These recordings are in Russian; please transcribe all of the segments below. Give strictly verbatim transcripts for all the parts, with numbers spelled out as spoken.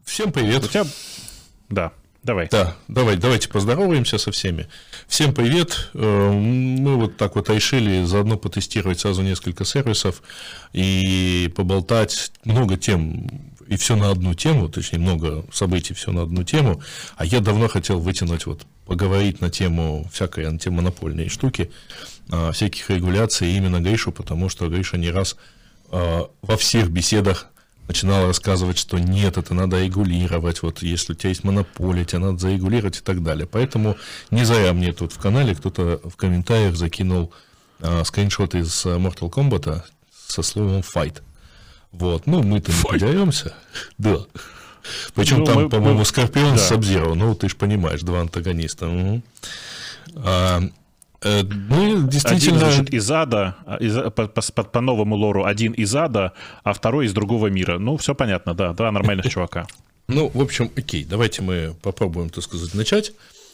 Всем привет. У тебя... Да, давай. Да, давай, давайте поздороваемся со всеми. Всем привет. Мы вот так вот решили заодно потестировать сразу несколько сервисов и поболтать много тем, и все на одну тему, точнее, много событий, все на одну тему. А я давно хотел вытянуть, вот, поговорить на тему всякой антимонопольной штуки, всяких регуляций, именно Гришу, потому что Гриша не раз во всех беседах начинал рассказывать, что нет, это надо регулировать, вот если у тебя есть монополия, тебя надо зарегулировать и так далее. Поэтому не зря мне тут в канале кто-то в комментариях закинул а, скриншот из Mortal Kombat со словом fight. Вот, ну мы-то не подеремся. Да. Причем ну, там, мы, по-моему, мы... Скорпион да. с Саб-Зиро, ну ты же понимаешь, два антагониста. Угу. А, Ну, действительно... Один, значит, из ада, из, по, по, по новому лору, один из ада, а второй из другого мира. Ну, все понятно, да, два нормальных чувака. Ну, в общем, окей, давайте мы попробуем, так сказать, начать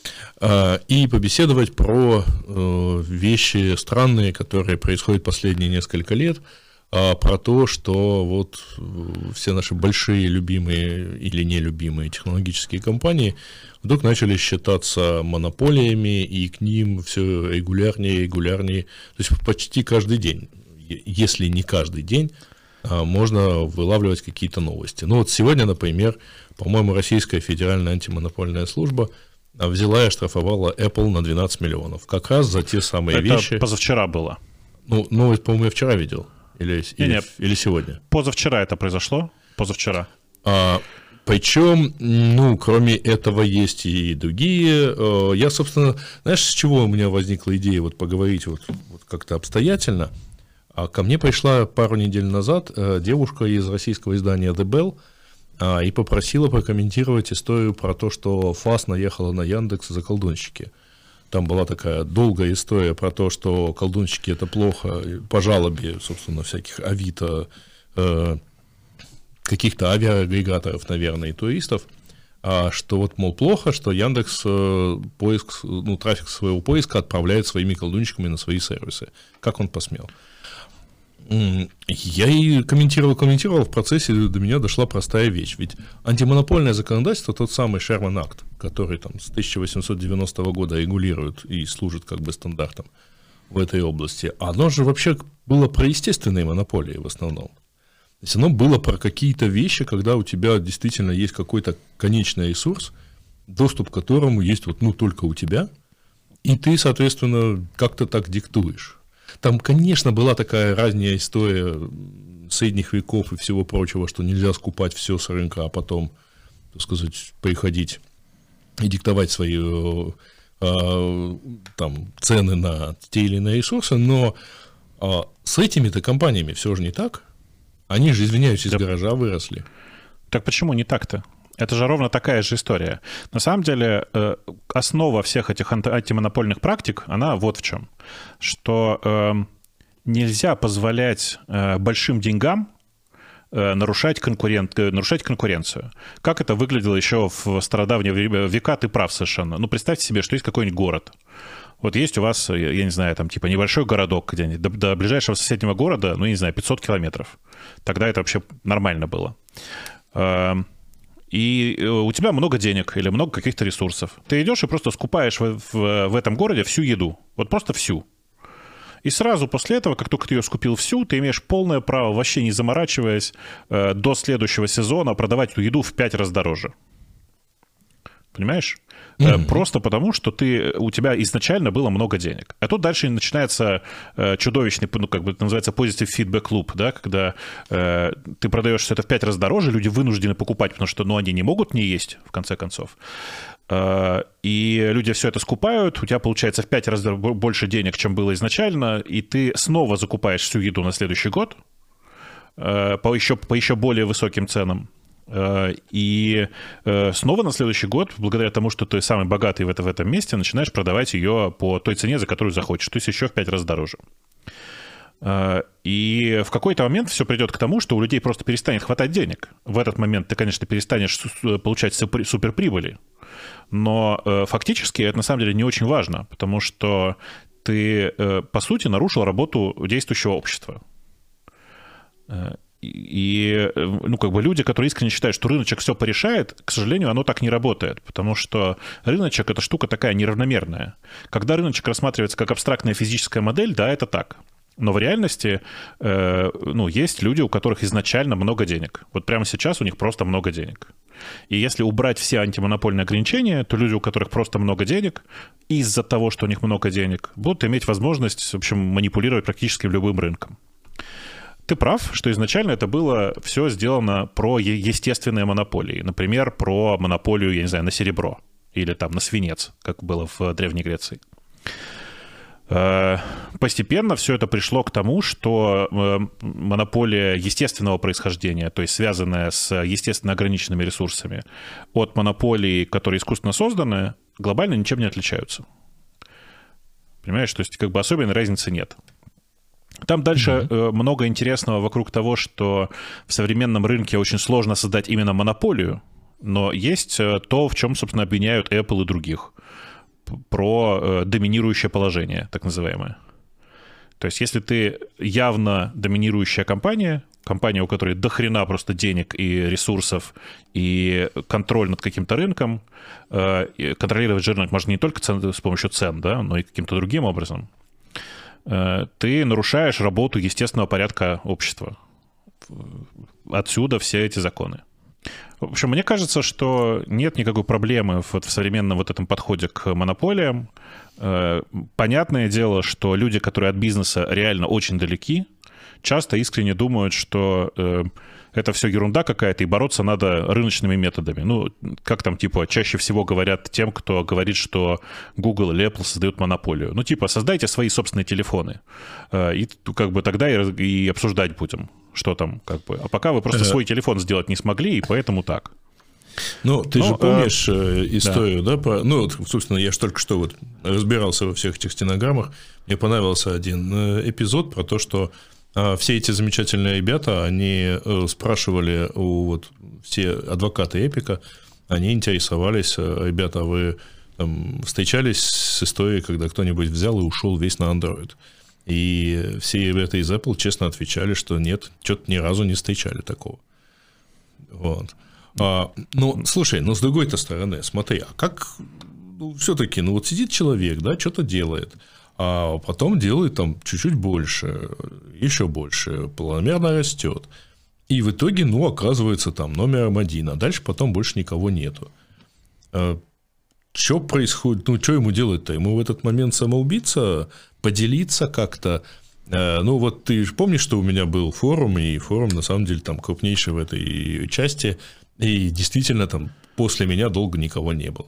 и побеседовать про вещи странные, которые происходят последние несколько лет, про то, что вот все наши большие любимые или нелюбимые технологические компании вдруг начали считаться монополиями, и к ним все регулярнее и регулярнее, то есть почти каждый день, если не каждый день, можно вылавливать какие-то новости. Ну вот сегодня, например, по-моему, Российская федеральная антимонопольная служба взяла и оштрафовала Apple на двенадцать миллионов, как раз за те самые Это вещи. Это позавчера было. Ну, новость, по-моему, я вчера видел. Или, не, или, не, или сегодня? Позавчера это произошло. Позавчера. А, причем, ну, кроме этого, есть и другие. Я, собственно, знаешь, с чего у меня возникла идея вот поговорить вот, вот как-то обстоятельно? А ко мне пришла пару недель назад девушка из российского издания The Bell и попросила прокомментировать историю про то, что ФАС наехала на Яндекс за колдунщики. Там была такая долгая история про то, что колдунщики это плохо, по жалобе, собственно, всяких Авито, э, каких-то авиаагрегаторов, наверное, и туристов, а что вот, мол, плохо, что Яндекс э, поиск, ну, трафик своего поиска отправляет своими колдунщиками на свои сервисы. Как он посмел? Я и комментировал, комментировал, в процессе до меня дошла простая вещь. Ведь антимонопольное законодательство, тот самый Шерман Акт, который там с тысяча восемьсот девяностого года регулирует и служит как бы стандартом в этой области, оно же вообще было про естественные монополии в основном. То есть оно было про какие-то вещи, когда у тебя действительно есть какой-то конечный ресурс, доступ к которому есть вот, ну, только у тебя, и ты, соответственно, как-то так диктуешь. Там, конечно, была такая ранняя история средних веков и всего прочего, что нельзя скупать все с рынка, а потом, так сказать, приходить и диктовать свои э, там, цены на те или иные ресурсы, но э, с этими-то компаниями все же не так. Они же, извиняюсь, из да. гаража выросли. Так почему не так-то? Это же ровно такая же история. На самом деле, основа всех этих антимонопольных практик, она вот в чем. Что э, нельзя позволять э, большим деньгам э, нарушать, конкурент, э, нарушать конкуренцию. Как это выглядело еще в стародавние века, ты прав совершенно. Ну, представьте себе, что есть какой-нибудь город. Вот есть у вас, я не знаю, там типа небольшой городок где-нибудь, до, до ближайшего соседнего города, ну, не знаю, пятьсот километров. Тогда это вообще нормально было. Э, И у тебя много денег или много каких-то ресурсов. Ты идешь и просто скупаешь в, в, в этом городе всю еду. Вот просто всю. И сразу после этого, как только ты ее скупил всю, ты имеешь полное право, вообще не заморачиваясь, до следующего сезона продавать эту еду в пять раз дороже. Понимаешь? Mm-hmm. Просто потому, что ты, у тебя изначально было много денег. А тут дальше начинается э, чудовищный, ну, как бы это называется, positive feedback loop, да, когда э, ты продаешь все это в пять раз дороже, люди вынуждены покупать, потому что, ну, они не могут не есть, в конце концов. Э, и люди все это скупают, у тебя получается в пять раз больше денег, чем было изначально, и ты снова закупаешь всю еду на следующий год э, по, еще, по еще более высоким ценам. И снова на следующий год, благодаря тому, что ты самый богатый в, это, в этом месте, начинаешь продавать ее по той цене, за которую захочешь, то есть еще в пять раз дороже. И в какой-то момент все придет к тому, что у людей просто перестанет хватать денег. В этот момент ты, конечно, перестанешь получать суперприбыли, но фактически это на самом деле не очень важно, потому что ты, по сути, нарушил работу действующего общества. и, ну, как бы люди, которые искренне считают, что рыночек все порешает, к сожалению, оно так не работает, потому что рыночек — это штука такая неравномерная. Когда рыночек рассматривается как абстрактная физическая модель, да, это так. Но в реальности, э, ну, есть люди, у которых изначально много денег. Вот прямо сейчас у них просто много денег. И если убрать все антимонопольные ограничения, то люди, у которых просто много денег, из-за того, что у них много денег, будут иметь возможность, в общем, манипулировать практически любым рынком. Ты прав, что изначально это было все сделано про естественные монополии. Например, про монополию, я не знаю, на серебро или там на свинец, как было в Древней Греции. Постепенно все это пришло к тому, что монополия естественного происхождения, то есть связанная с естественно ограниченными ресурсами, от монополий, которые искусственно созданы, глобально ничем не отличаются. Понимаешь, то есть как бы особенной разницы нет. Там дальше mm-hmm. много интересного вокруг того, что в современном рынке очень сложно создать именно монополию, но есть то, в чем, собственно, обвиняют Apple и других. Про э, доминирующее положение, так называемое. То есть если ты явно доминирующая компания, компания, у которой дохрена просто денег и ресурсов, и контроль над каким-то рынком, э, контролировать же рынок можно не только цен, с помощью цен, да, но и каким-то другим образом, э, ты нарушаешь работу естественного порядка общества. Отсюда все эти законы. В общем, мне кажется, что нет никакой проблемы в, в современном вот этом подходе к монополиям. Э, понятное дело, что люди, которые от бизнеса реально очень далеки, часто искренне думают, что э, это все ерунда какая-то, и бороться надо рыночными методами. Ну, как там, типа, чаще всего говорят тем, кто говорит, что Google или Apple создают монополию. Ну, типа, создайте свои собственные телефоны, э, и как бы тогда и, и обсуждать будем. Что там, как бы. А пока вы просто свой телефон сделать не смогли, и поэтому так. Ну, ты ну, же помнишь э, историю, да, да про... Ну, собственно, я же только что вот разбирался во всех этих стенограммах. Мне понравился один эпизод про то, что э, все эти замечательные ребята, они э, спрашивали у вот все адвокаты Эпика, они интересовались, э, ребята, вы там, встречались с историей, когда кто-нибудь взял и ушел весь на Android? И все ребята из Apple честно отвечали, что нет, что-то ни разу не встречали такого. Вот. А, ну, слушай, ну, с другой-то стороны, смотри, а как ну, все-таки, ну, вот сидит человек, да, что-то делает, а потом делает там чуть-чуть больше, еще больше, планомерно растет. И в итоге, ну, оказывается там номером один, а дальше потом больше никого нету. А, что происходит, ну, что ему делать-то? Ему в этот момент самоубийца, поделиться как-то. Ну, вот ты же помнишь, что у меня был форум, и форум, на самом деле, там крупнейший в этой части, и действительно, там после меня долго никого не было.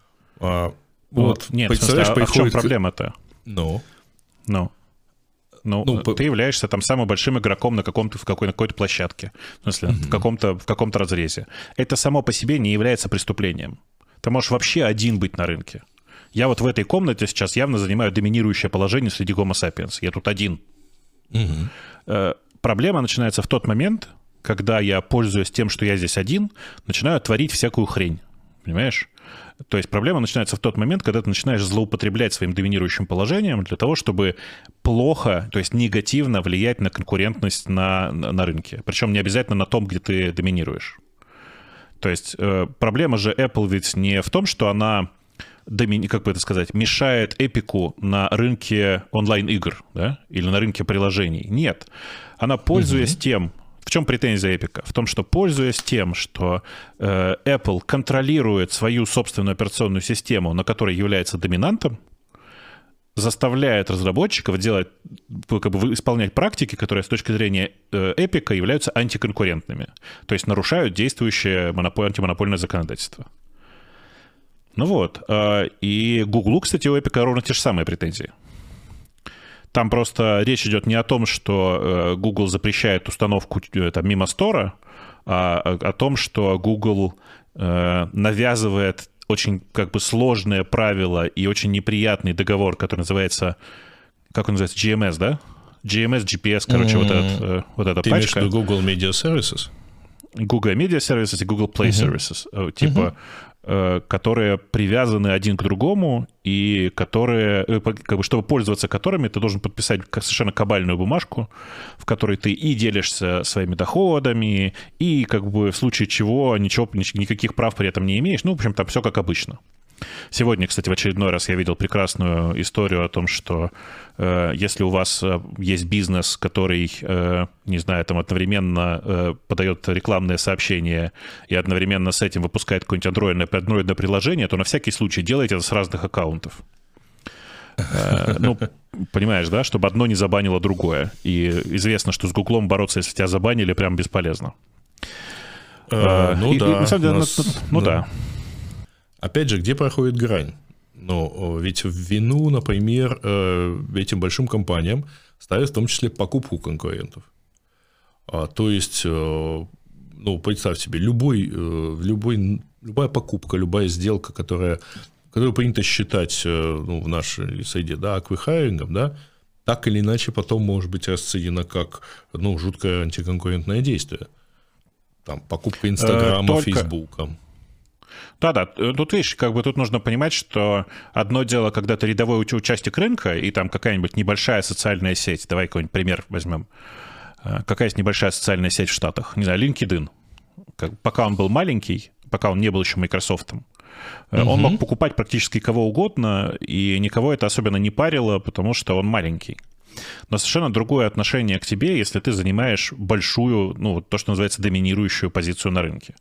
А, вот, нет, представляешь, в смысле, а в чем проблема-то? Ну? Ну? Ну, ну, ты являешься там самым большим игроком на, каком-то, в какой- на какой-то площадке, в смысле, угу. в, каком-то, в каком-то разрезе. Это само по себе не является преступлением. Ты можешь вообще один быть на рынке. Я вот в этой комнате сейчас явно занимаю доминирующее положение среди Homo sapiens. Я тут один. Угу. Э, проблема начинается в тот момент, когда я, пользуясь тем, что я здесь один, начинаю творить всякую хрень. Понимаешь? То есть проблема начинается в тот момент, когда ты начинаешь злоупотреблять своим доминирующим положением для того, чтобы плохо, то есть негативно влиять на конкурентность на, на, на рынке. Причем не обязательно на том, где ты доминируешь. То есть э, проблема же Apple ведь не в том, что она... как бы это сказать, мешает Эпику на рынке онлайн-игр, да, или на рынке приложений. Нет. Она, пользуясь угу. тем, в чем претензия Эпика? В том, что, пользуясь тем, что э, Apple контролирует свою собственную операционную систему, на которой является доминантом, заставляет разработчиков делать, как бы исполнять практики, которые с точки зрения э, Эпика являются антиконкурентными. То есть нарушают действующее монопол- антимонопольное законодательство. Ну вот, и Гуглу, кстати, у Эпика ровно те же самые претензии. Там просто речь идет не о том, что Google запрещает установку там, мимо стора, а о том, что Google навязывает очень как бы сложные правила и очень неприятный договор, который называется, как он называется, джи эм эс, да? джи эм эс, джи пи эс, короче, mm-hmm. вот, этот, вот эта Ты пачка. Ты имеешь в виду Google Media Services? Google Media Services и Google Play uh-huh. Services. Типа, которые привязаны один к другому, и которые, как бы, чтобы пользоваться которыми, ты должен подписать совершенно кабальную бумажку, в которой ты и делишься своими доходами, и как бы в случае чего ничего, никаких прав при этом не имеешь. Ну, в общем, там все как обычно. Сегодня, кстати, в очередной раз я видел прекрасную историю о том, что э, если у вас э, есть бизнес, который, э, не знаю, там одновременно э, подает рекламное сообщение и одновременно с этим выпускает какое-нибудь андроидное, андроидное приложение, то на всякий случай делайте это с разных аккаунтов. Э, ну, понимаешь, да? Чтобы одно не забанило другое. И известно, что с Гуглом бороться, если тебя забанили, прям бесполезно. Э, ну и, да. И, на самом деле, нас, ну, ну да. Опять же, где проходит грань? Но ведь в вину, например, этим большим компаниям ставят в том числе покупку конкурентов. А, то есть, ну, представь себе, любой, любой, любая покупка, любая сделка, которая, которую принято считать, ну, в нашей среде, да, аквихайрингом, да, так или иначе потом может быть расценена как, ну, жуткое антиконкурентное действие. Там, покупка Инстаграма, Только... Фейсбука. Да-да, тут, видишь, как бы тут нужно понимать, что одно дело, когда ты рядовой участник рынка, и там какая-нибудь небольшая социальная сеть, давай какой-нибудь пример возьмем, какая-то небольшая социальная сеть в Штатах, не знаю, LinkedIn, как, пока он был маленький, пока он не был еще Microsoft, угу. он мог покупать практически кого угодно, и никого это особенно не парило, потому что он маленький. Но совершенно другое отношение к тебе, если ты занимаешь большую, ну, то, что называется, доминирующую позицию на рынке.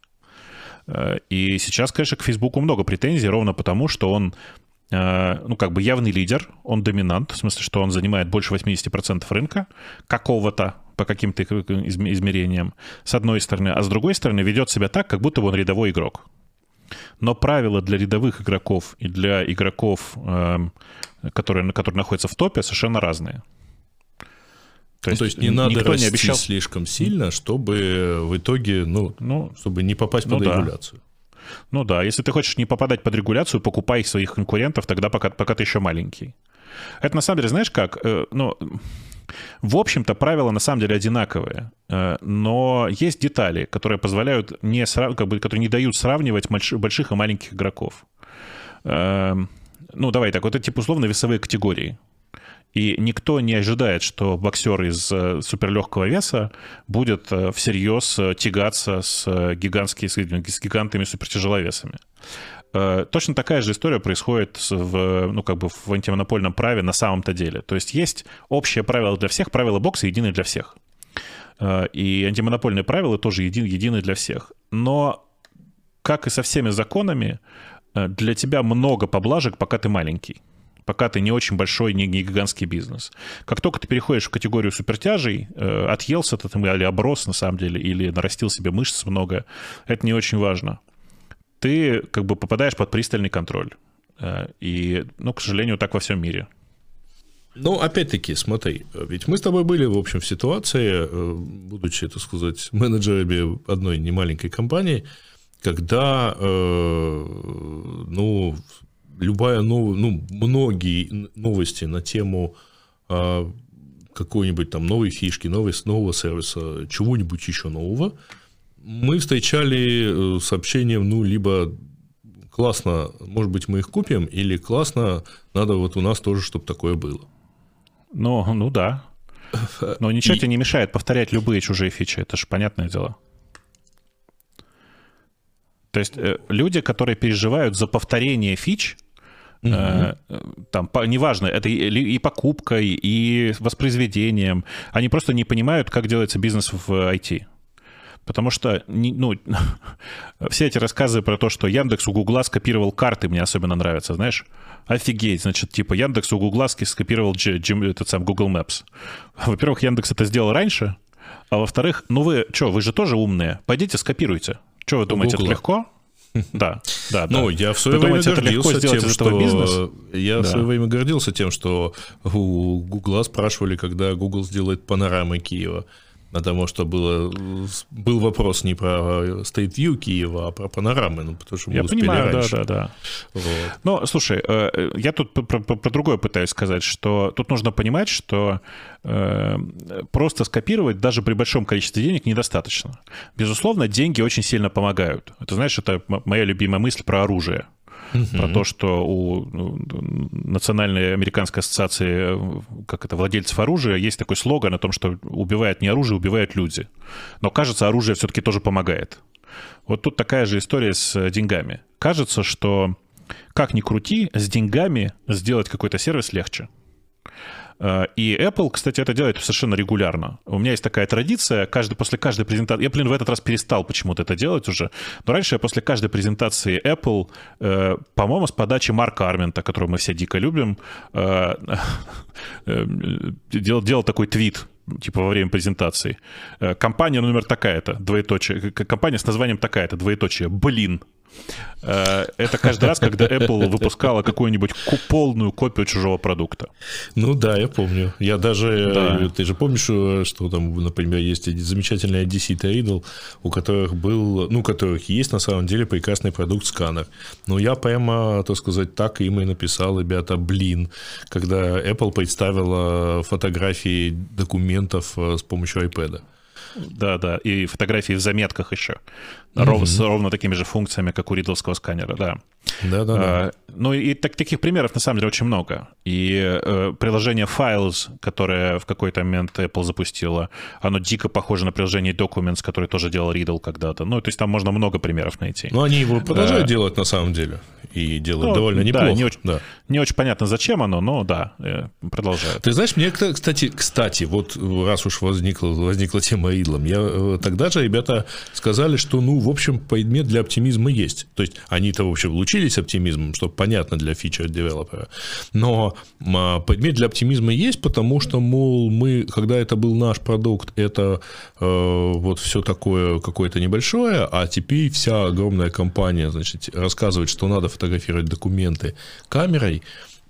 И сейчас, конечно, к Фейсбуку много претензий, ровно потому, что он, ну, как бы явный лидер, он доминант, в смысле, что он занимает больше восемьдесят процентов рынка какого-то, по каким-то измерениям, с одной стороны, а с другой стороны ведет себя так, как будто бы он рядовой игрок. Но правила для рядовых игроков и для игроков, которые, которые находятся в топе, совершенно разные. То есть, ну, то есть не надо расти не обещал... слишком сильно, чтобы в итоге, ну, ну чтобы не попасть под ну, регуляцию. Да. Ну да, если ты хочешь не попадать под регуляцию, покупай своих конкурентов тогда, пока, пока ты еще маленький. Это на самом деле, знаешь как, э, ну, в общем-то правила на самом деле одинаковые, э, но есть детали, которые позволяют не, срав... как бы, которые не дают сравнивать больш... больших и маленьких игроков. Э, ну давай так, вот это типа условно весовые категории. И никто не ожидает, что боксер из суперлегкого веса будет всерьез тягаться с, гигантскими, с гигантами супертяжеловесами. Точно такая же история происходит в, ну, как бы в антимонопольном праве на самом-то деле. То есть есть общее правило для всех, правила бокса едины для всех. И антимонопольные правила тоже еди, едины для всех. Но, как и со всеми законами, для тебя много поблажек, пока ты маленький. Пока ты не очень большой, не гигантский бизнес. Как только ты переходишь в категорию супертяжей, э, отъелся ты там или оброс на самом деле, или нарастил себе мышц много, это не очень важно. Ты как бы попадаешь под пристальный контроль. Э, и, ну, к сожалению, так во всем мире. Ну, опять-таки, смотри, ведь мы с тобой были, в общем, в ситуации, будучи, так сказать, менеджерами одной немаленькой компании, когда, э, ну... любая новая, ну, многие новости на тему а, какой-нибудь там новой фишки, новой, нового сервиса, чего-нибудь еще нового, мы встречали сообщением, ну, либо классно, может быть, мы их купим, или классно, надо вот у нас тоже, чтобы такое было. Ну, ну да. Но ничего И... тебе не мешает повторять любые чужие фичи, это же понятное дело. То есть люди, которые переживают за повторение фич, Uh-huh. там, по, неважно, это и, и покупкой, и воспроизведением, они просто не понимают, как делается бизнес в ай ти. Потому что, ну, все эти рассказы про то, что Яндекс у Гугла скопировал карты, мне особенно нравятся, знаешь? Офигеть, значит, типа Яндекс у Гугла скопировал G, G, этот сам Google Maps. Во-первых, Яндекс это сделал раньше, а во-вторых, ну вы что, вы же тоже умные, пойдите скопируйте. Что вы думаете, это легко? Да, да, да. Ну, я в свое Вы время думаете, гордился тем, что... Я да. в свое время гордился тем, что у Гугла спрашивали, когда Google сделает панорамы Киева. Потому что было, был вопрос не про State View Киева, а про панорамы. Ну, потому что мы я успели понимаю, раньше. да, да, да. Вот. Но, слушай, я тут про, про, про другое пытаюсь сказать, что тут нужно понимать, что э, просто скопировать даже при большом количестве денег недостаточно. Безусловно, деньги очень сильно помогают. Это, знаешь, это моя любимая мысль про оружие. Uh-huh. Про то, что у Национальной американской ассоциации, как это, владельцев оружия, есть такой слоган о том, что убивает не оружие, убивают люди. Но, кажется, оружие все-таки тоже помогает. Вот тут такая же история с деньгами. Кажется, что как ни крути, с деньгами сделать какой-то сервис легче. И Apple, кстати, это делает совершенно регулярно. У меня есть такая традиция, каждый, после каждой презентации... Я, блин, в этот раз перестал почему-то это делать уже, но раньше я после каждой презентации Apple, э, по-моему, с подачи Марка Армента, которого мы все дико любим, э, э, делал, делал такой твит, типа во время презентации. Компания номер такая-то, двоеточие. Компания с названием такая-то, двоеточие. Блин. Это каждый раз, когда Apple выпускала какую-нибудь полную копию чужого продукта. Ну да, я помню. Я даже... Да. Ты же помнишь, что там, например, есть эти замечательные Одессит и Riddle, у которых был... Ну, у которых есть, на самом деле, прекрасный продукт-сканер. Но я прямо, так сказать, так им и написал, ребята, блин, когда Apple представила фотографии документов с помощью iPad. Да, да, и фотографии в заметках еще. Mm-hmm. Ров, с ровно такими же функциями, как у ридловского сканера, да. Да, да, да. Ну и так, таких примеров на самом деле очень много. И э, приложение Files, которое в какой-то момент Apple запустила, оно дико похоже на приложение Documents, которое тоже делал Riddle когда-то. Ну, то есть там можно много примеров найти. Но они его продолжают а, делать на самом деле. И делают ну, довольно неплохо. Да, не очень, да. не очень понятно, зачем оно, но да, продолжают. Ты знаешь, мне, кстати, кстати, вот раз уж возникла, возникла тема Riddle, я, тогда же ребята сказали, что, ну, в общем, предмет для оптимизма есть. То есть они-то, в общем, лучились оптимизмом, что понятно для фичер-девелопера. Но предмет для оптимизма есть, потому что, мол, мы, когда это был наш продукт, это э, вот все такое какое-то небольшое, а теперь вся огромная компания, значит, рассказывает, что надо фотографировать документы камерой,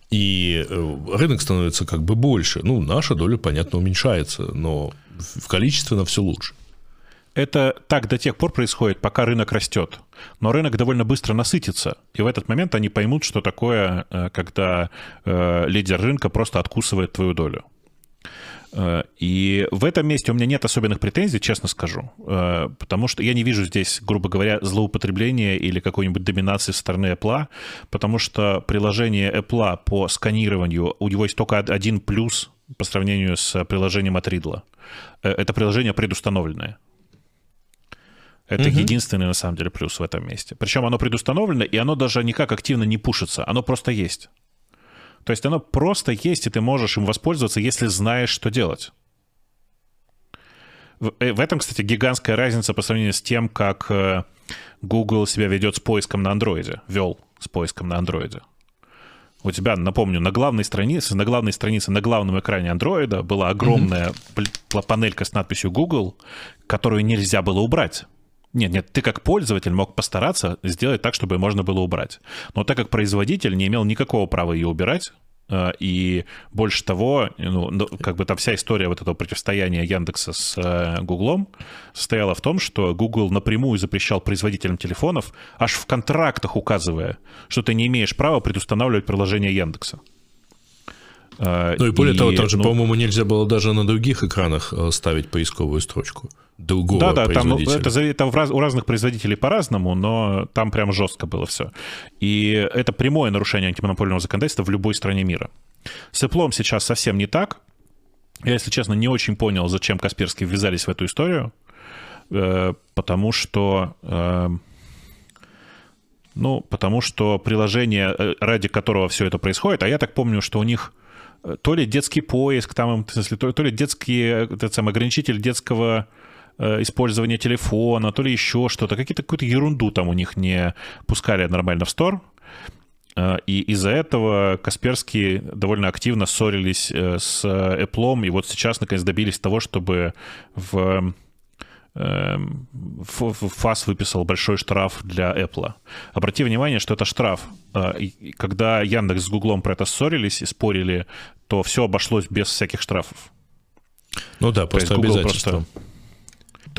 и рынок становится как бы больше. Ну, наша доля, понятно, уменьшается, но в количественно все лучше. Это так до тех пор происходит, пока рынок растет. Но рынок довольно быстро насытится, и в этот момент они поймут, что такое, когда лидер рынка просто откусывает твою долю. И в этом месте у меня нет особенных претензий, честно скажу, потому что я не вижу здесь, грубо говоря, злоупотребления или какой-нибудь доминации со стороны Apple, потому что приложение Apple по сканированию, у него есть только один плюс по сравнению с приложением от Riddle. Это приложение предустановленное. Это угу. единственный, на самом деле, плюс в этом месте. Причем оно предустановлено, и оно даже никак активно не пушится. Оно просто есть. То есть оно просто есть, и ты можешь им воспользоваться, если знаешь, что делать. В, в этом, кстати, гигантская разница по сравнению с тем, как Google себя ведет с поиском на Android. Вел с поиском на Android. У тебя, напомню, на главной странице, на главной странице, на главном экране Android была огромная mm-hmm. панелька с надписью Google, которую нельзя было убрать. Нет, нет, ты как пользователь мог постараться сделать так, чтобы можно было убрать. Но так как производитель не имел никакого права ее убирать, и больше того, ну, как бы там вся история вот этого противостояния Яндекса с Гуглом состояла в том, что Google напрямую запрещал производителям телефонов, аж в контрактах указывая, что ты не имеешь права предустанавливать приложение Яндекса. Ну и более и, того, там же, ну, по-моему, нельзя было даже на других экранах ставить поисковую строчку другого да, да, производителя. Да, да, это, это раз, у разных производителей по-разному, но там прям жестко было все. И это прямое нарушение антимонопольного законодательства в любой стране мира. С Apple сейчас совсем не так. Я, если честно, не очень понял, зачем Касперские ввязались в эту историю, потому что... Ну, потому что приложение, ради которого все это происходит, а я так помню, что у них то ли детский поиск, там, в смысле, то, то ли детский, этот самый ограничитель детского э, использования телефона, то ли еще что-то, какие-то, какую-то ерунду там у них не пускали нормально в стор. Э, и из-за этого Касперские довольно активно ссорились э, с Apple, и вот сейчас, наконец, добились того, чтобы в... ФАС выписал большой штраф для Apple. Обрати внимание, что это штраф. И когда Яндекс с Гуглом про это ссорились и спорили, то все обошлось без всяких штрафов. Ну да, просто обязательства. Просто...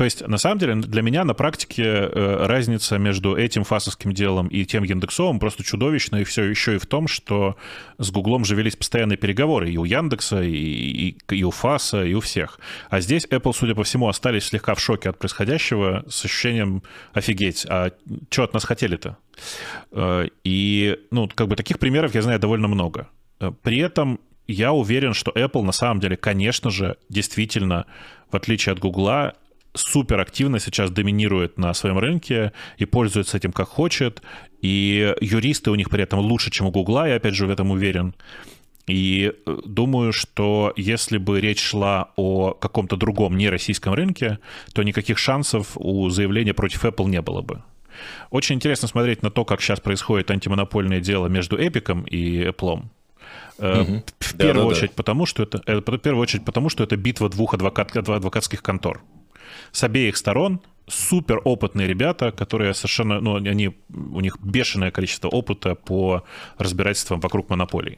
то есть, на самом деле, для меня на практике э, разница между этим фасовским делом и тем Яндексовым просто чудовищная, и все еще и в том, что с Гуглом же велись постоянные переговоры и у Яндекса, и, и, и у ФАСа, и у всех. А здесь Apple, судя по всему, остались слегка в шоке от происходящего с ощущением «офигеть, а что от нас хотели-то?» э, И, ну, как бы таких примеров я знаю довольно много. При этом я уверен, что Apple на самом деле, конечно же, действительно, в отличие от Гугла, супер активно сейчас доминирует на своем рынке и пользуется этим как хочет. И юристы у них при этом лучше, чем у Гугла, я опять же в этом уверен. И думаю, что если бы речь шла о каком-то другом нероссийском рынке, то никаких шансов у заявления против Apple не было бы. Очень интересно смотреть на то, как сейчас происходит антимонопольное дело между Эпиком и Apple. Угу. В первую да, очередь, да, да. Потому, что это, в первую очередь потому, что это битва двух адвокат, адвокатских контор. С обеих сторон супер опытные ребята, которые совершенно, ну, они, у них бешеное количество опыта по разбирательствам вокруг монополий.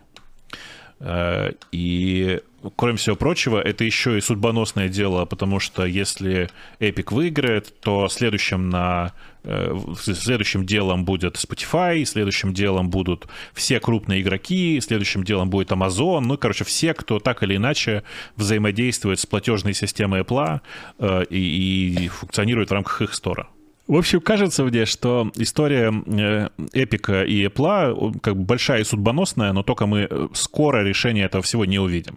И, кроме всего прочего, это еще и судьбоносное дело, потому что если Epic выиграет, то следующим, на, следующим делом будет Spotify, следующим делом будут все крупные игроки, следующим делом будет Amazon, ну, короче, все, кто так или иначе взаимодействует с платежной системой Apple и, и функционирует в рамках их стора. В общем, кажется мне, что история Эпика и Apple как бы большая и судьбоносная, но только мы скоро решение этого всего не увидим.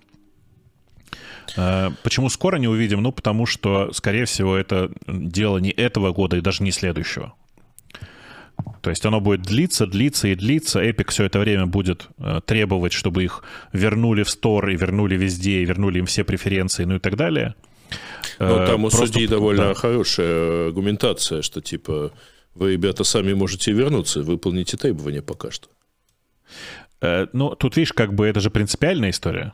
Почему скоро не увидим? Ну, потому что, скорее всего, это дело не этого года и даже не следующего. То есть оно будет длиться, длиться и длиться. Epic все это время будет требовать, чтобы их вернули в стор и вернули везде, и вернули им все преференции, ну и так далее. Но там у Просто, судьи довольно да. хорошая аргументация, что типа вы, ребята, сами можете вернуться, выполните требования пока что. Э, ну, тут, видишь, как бы это же принципиальная история.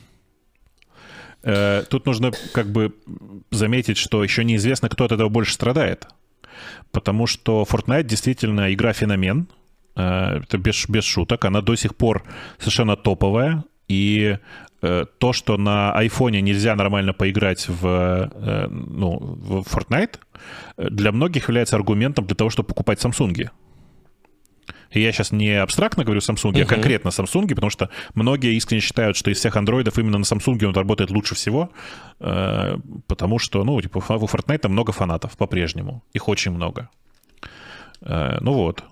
Э, тут нужно как бы заметить, что еще неизвестно, кто от этого больше страдает. Потому что Fortnite действительно игра-феномен. Э, это без, без шуток. Она до сих пор совершенно топовая. И то, что на айфоне нельзя нормально поиграть в, ну, в Fortnite, для многих является аргументом для того, чтобы покупать Samsung. И я сейчас не абстрактно говорю Samsung, uh-huh. а конкретно Samsung, потому что многие искренне считают, что из всех андроидов именно на Samsung он работает лучше всего, потому что, ну, типа, у Fortnite много фанатов по-прежнему. Их очень много. Ну вот.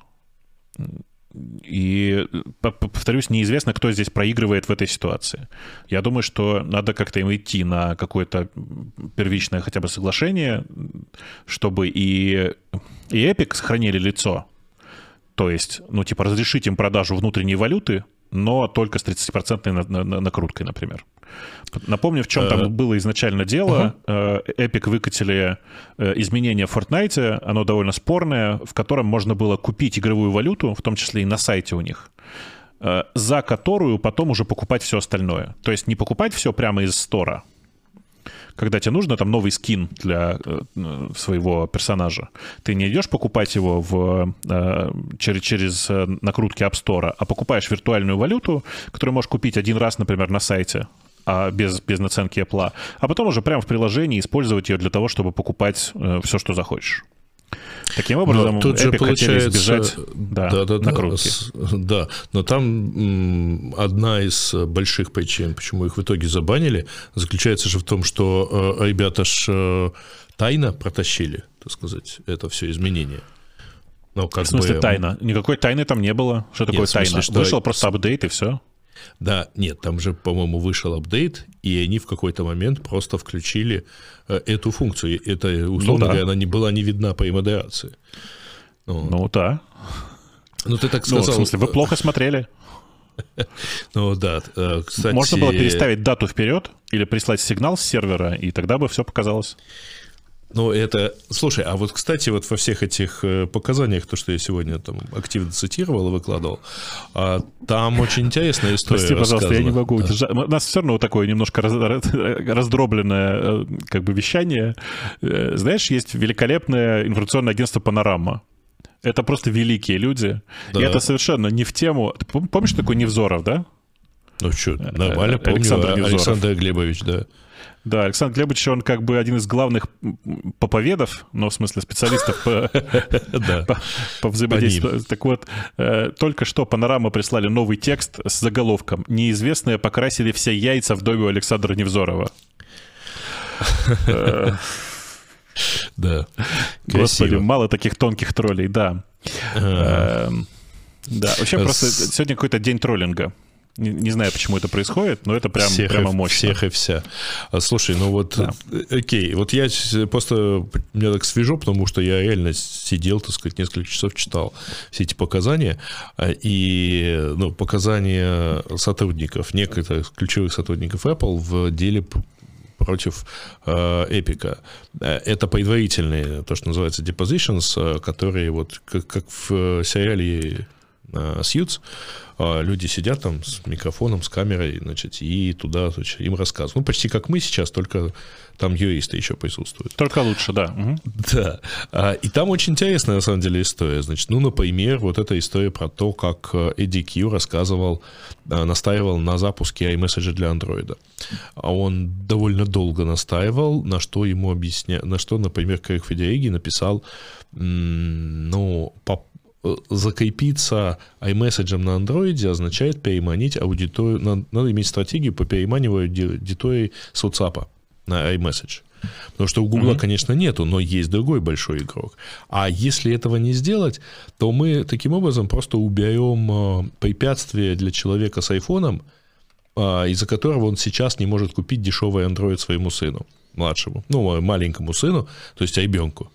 И, повторюсь, неизвестно, кто здесь проигрывает в этой ситуации. Я думаю, что надо как-то им идти на какое-то первичное хотя бы соглашение, чтобы и, и Epic сохранили лицо. То есть, ну, типа, разрешить им продажу внутренней валюты, но только с тридцатипроцентной накруткой, например. Напомню, в чем там было изначально дело. Uh-huh. Epic выкатили изменения в Fortnite, оно довольно спорное, в котором можно было купить игровую валюту, в том числе и на сайте у них, за которую потом уже покупать все остальное. То есть не покупать все прямо из стора, когда тебе нужно там новый скин для своего персонажа. Ты не идешь покупать его в, через, через накрутки App Store, а покупаешь виртуальную валюту, которую можешь купить один раз, например, на сайте, а без, без наценки Apple, а потом уже прямо в приложении использовать ее для того, чтобы покупать все, что захочешь. Таким образом, тут же Epic получается, хотели избежать да, да, да, накрутки. Да, да, но там м, одна из больших причин, почему их в итоге забанили, заключается же в том, что э, ребята ж э, тайно протащили, так сказать, это все изменение. Но как в смысле бы... тайна? Никакой тайны там не было. Что такое Нет, смысле, тайна? Что... Вышел просто апдейт и все. Да, нет, там же, по-моему, вышел апдейт, и они в какой-то момент просто включили э, эту функцию. Это, условно ну, да. говоря, она не была не видна по модерации. Ну, ну да. Ну, ты так сказал. Ну, в смысле, вы плохо смотрели. Ну, да. Кстати... Можно было переставить дату вперед или прислать сигнал с сервера, и тогда бы все показалось. Ну, это... Слушай, а вот, кстати, вот во всех этих показаниях, то, что я сегодня там активно цитировал и выкладывал, там очень интересная история. Прости, пожалуйста, я не могу удержать. У нас все равно такое немножко раздробленное как бы вещание. Знаешь, есть великолепное информационное агентство «Панорама». Это просто великие люди. Да. И это совершенно не в тему... Ты помнишь такой Невзоров, да? Ну что, нормально помню. Александр, Александр Глебович, да. Да, Александр Глебович, он как бы один из главных поповедов, ну, в смысле специалистов по взаимодействию. Так вот, только что Панорама прислали новый текст с заголовком «Неизвестные покрасили все яйца в доме у Александра Невзорова». Да, Господи, мало таких тонких троллей, да. Да, вообще просто сегодня какой-то день троллинга. Не, не знаю, почему это происходит, но это прям, всех прямо и, мощно. Всех и вся. Слушай, ну вот, да. Окей, вот я просто, мне так свежо, потому что я реально сидел, так сказать, несколько часов читал все эти показания, и, ну, показания сотрудников, некоторых ключевых сотрудников Apple в деле против Эпика. Это предварительные, то, что называется depositions, которые вот, как, как в сериале Suits, люди сидят там с микрофоном, с камерой, значит, и туда, значит, им рассказывают. Ну, почти как мы сейчас, только там юристы еще присутствуют. Только лучше, да. Угу. Да. И там очень интересная, на самом деле, история. Значит, ну, например, вот эта история про то, как Эдди Кью рассказывал, настаивал на запуске iMessage для Android. А он довольно долго настаивал, на что ему объясня... на что, например, Крейг Федериги написал, ну, по закрепиться iMessage на Android означает переманить аудиторию, надо, надо иметь стратегию по переманиванию аудитории с WhatsApp на iMessage. Потому что у Google, mm-hmm. конечно, нету, но есть другой большой игрок. А если этого не сделать, то мы таким образом просто уберем препятствие для человека с айфоном, из-за которого он сейчас не может купить дешевый Android своему сыну, младшему, ну, маленькому сыну, то есть ребенку.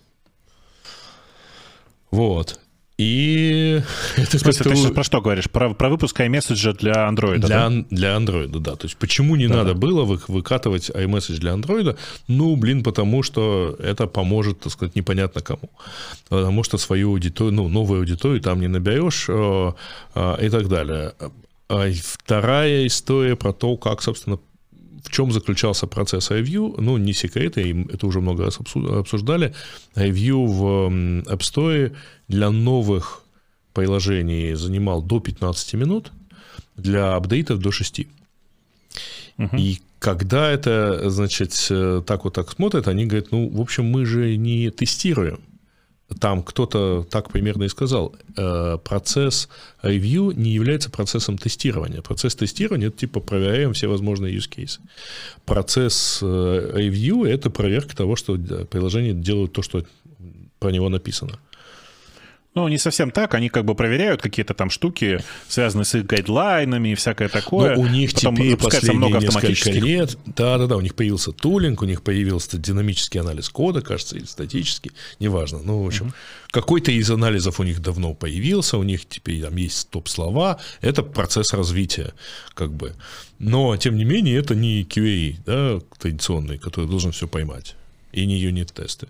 Вот. И это, в смысле, ты сейчас про что говоришь? Про, про выпуск iMessage для Android, для, да? Для Android, да. То есть, почему не да, надо да. было вы, выкатывать iMessage для Android? Ну, блин, потому что это поможет, так сказать, непонятно кому. Потому что свою аудиторию, ну, новую аудиторию там не наберешь э, э, и так далее. А вторая история про то, как, собственно, в чем заключался процесс ревью, ну, не секрет, и это уже много раз обсуждали, ревью в App Store для новых приложений занимал до пятнадцати минут, для апдейтов до шести. Uh-huh. И когда это, значит, так вот так смотрят, они говорят, ну, в общем, мы же не тестируем. Там кто-то так примерно и сказал, процесс ревью не является процессом тестирования. Процесс тестирования – это типа проверяем все возможные use cases. Процесс ревью – это проверка того, что приложение делает то, что про него написано. Ну, не совсем так. Они как бы проверяют какие-то там штуки, связанные с их гайдлайнами и всякое такое. Но у них потом теперь последние много несколько лет... Да-да-да, у них появился тулинг, у них появился динамический анализ кода, кажется, или статический, неважно. Ну, в общем, uh-huh. какой-то из анализов у них давно появился, у них теперь там есть стоп-слова. Это процесс развития, как бы. Но, тем не менее, это не кью эй, да, традиционный, который должен все поймать. И не юнит-тесты.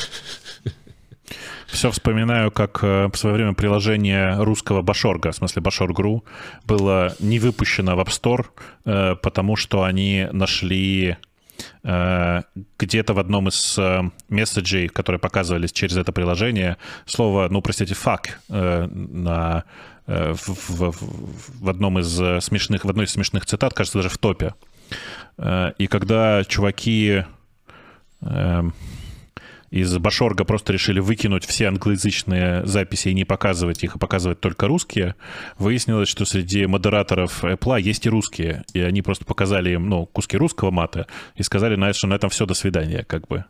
Все вспоминаю, как в свое время приложение русского Башорга, в смысле Башорг.ру, было не выпущено в App Store, потому что они нашли где-то в одном из месседжей, которые показывались через это приложение, слово, ну, простите, fuck на, в, в, в одном из смешных, в одной из смешных цитат, кажется, даже в топе. И когда чуваки из Башорга просто решили выкинуть все англоязычные записи и не показывать их, а показывать только русские, выяснилось, что среди модераторов Apple есть и русские. И они просто показали им, ну, куски русского мата и сказали, что на этом все, до свидания, как бы.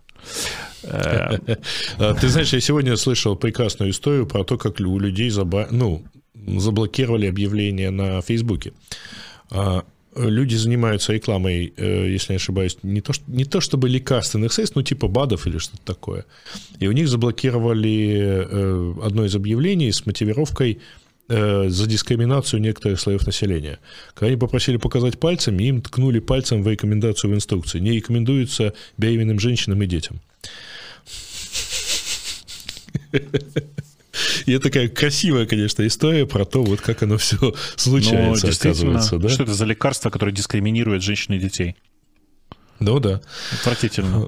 Ты знаешь, я сегодня слышал прекрасную историю про то, как у людей забра... ну, заблокировали объявления на Фейсбуке. Люди занимаются рекламой, если не ошибаюсь, не то, не то чтобы лекарственных средств, но типа БАДов или что-то такое. И у них заблокировали одно из объявлений с мотивировкой за дискриминацию некоторых слоев населения. Когда они попросили показать пальцем, им ткнули пальцем в рекомендацию в инструкции. Не рекомендуется беременным женщинам и детям. И это такая красивая, конечно, история про то, вот как оно все случается, оказывается. Да? Что это за лекарство, которое дискриминирует женщин и детей? Ну да. Отвратительно.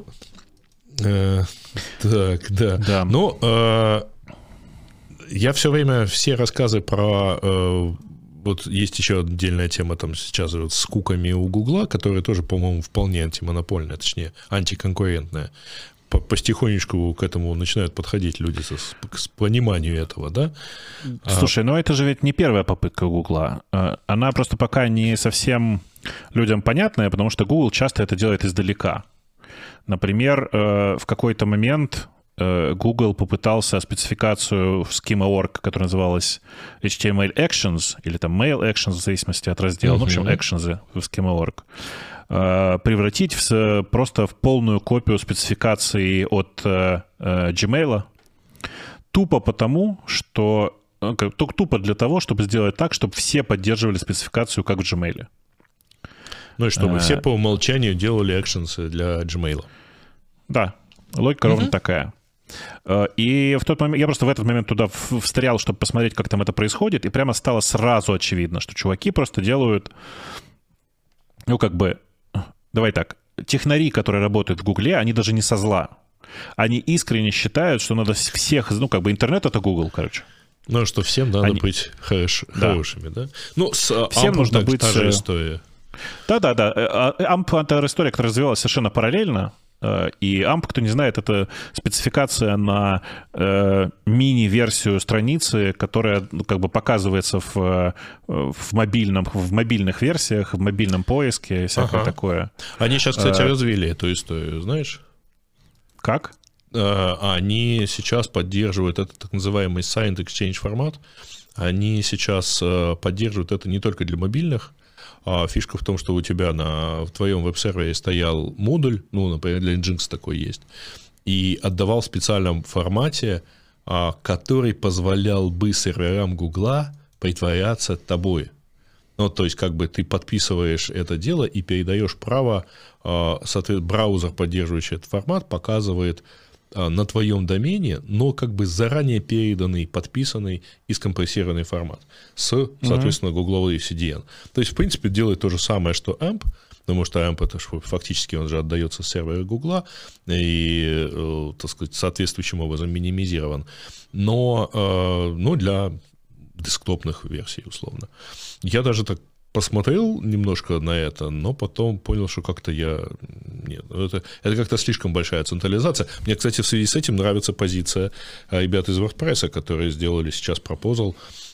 Так, да. да. Ну, я все время все рассказы про вот есть еще отдельная тема там сейчас вот с куками у Гугла, которая тоже, по-моему, вполне антимонопольная, точнее, антиконкурентная. Потихонечку к этому начинают подходить люди с, с пониманием этого, да? Слушай, а... ну это же ведь не первая попытка Гугла. Она просто пока не совсем людям понятная, потому что Google часто это делает издалека. Например, в какой-то момент Google попытался спецификацию в Schema точка орг, которая называлась эйч ти эм эль Actions, или там Mail Actions, в зависимости от раздела, uh-huh. ну, в общем, Actions в Schema точка орг, превратить в, просто в полную копию спецификации от uh, Gmail, тупо потому, что... Тупо для того, чтобы сделать так, чтобы все поддерживали спецификацию, как в Gmail. Ну и чтобы uh, все по умолчанию делали Actions для Gmail. Да, логика uh-huh. ровно такая. И в тот момент, я просто в этот момент туда встрял, чтобы посмотреть, как там это происходит, и прямо стало сразу очевидно, что чуваки просто делают, ну как бы, давай так, технари, которые работают в Гугле, они даже не со зла. Они искренне считают, что надо всех, ну как бы интернет — это Google, короче. Ну, что всем надо они... быть хорош... да. хорошими, да? Ну, с всем Ампом нужно так, быть... та же история. Да-да-да. Амп — это история, которая развивалась совершенно параллельно. И амп, кто не знает, это спецификация на э, мини-версию страницы, которая ну, как бы показывается в, в, мобильном, в мобильных версиях, в мобильном поиске и всякое ага. такое. Они сейчас, кстати, а, развили эту историю, знаешь? Как? А, они сейчас поддерживают этот так называемый Signed Exchange формат. Они сейчас поддерживают это не только для мобильных. А фишка в том, что у тебя на, в твоем веб-сервере стоял модуль, ну, например, для Nginx такой есть, и отдавал в специальном формате, а, который позволял бы серверам Гугла притворяться тобой. Ну, то есть, как бы ты подписываешь это дело и передаешь право, а, соответственно, браузер, поддерживающий этот формат, показывает а, на твоем домене, но как бы заранее переданный, подписанный и скомпрессированный формат с, соответственно, гугловой си ди эн. То есть, в принципе, делает то же самое, что амп, потому что амп это фактически он же отдается с сервера Гугла и, так сказать, соответствующим образом минимизирован, но, но для десктопных версий, условно. Я даже так посмотрел немножко на это, но потом понял, что как-то я... Нет, это, это как-то слишком большая централизация. Мне, кстати, в связи с этим нравится позиция ребят из WordPress, которые сделали сейчас пропозал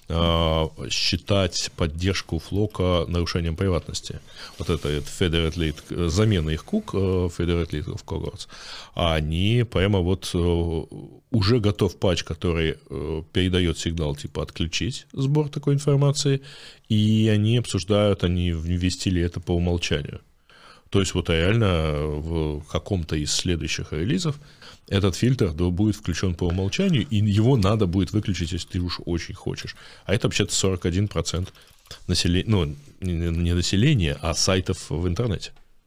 считать поддержку флока нарушением приватности. Вот это Federated Lead, замена их кук, Federated Lead of Cohorts, они прямо вот уже готов патч, который передает сигнал типа отключить сбор такой информации, и они обсуждают, они ввестили это по умолчанию. То есть вот реально в каком-то из следующих релизов этот фильтр будет включен по умолчанию, и его надо будет выключить, если ты уж очень хочешь. А это вообще-то сорок один процент населения, ну, не населения, а сайтов в интернете.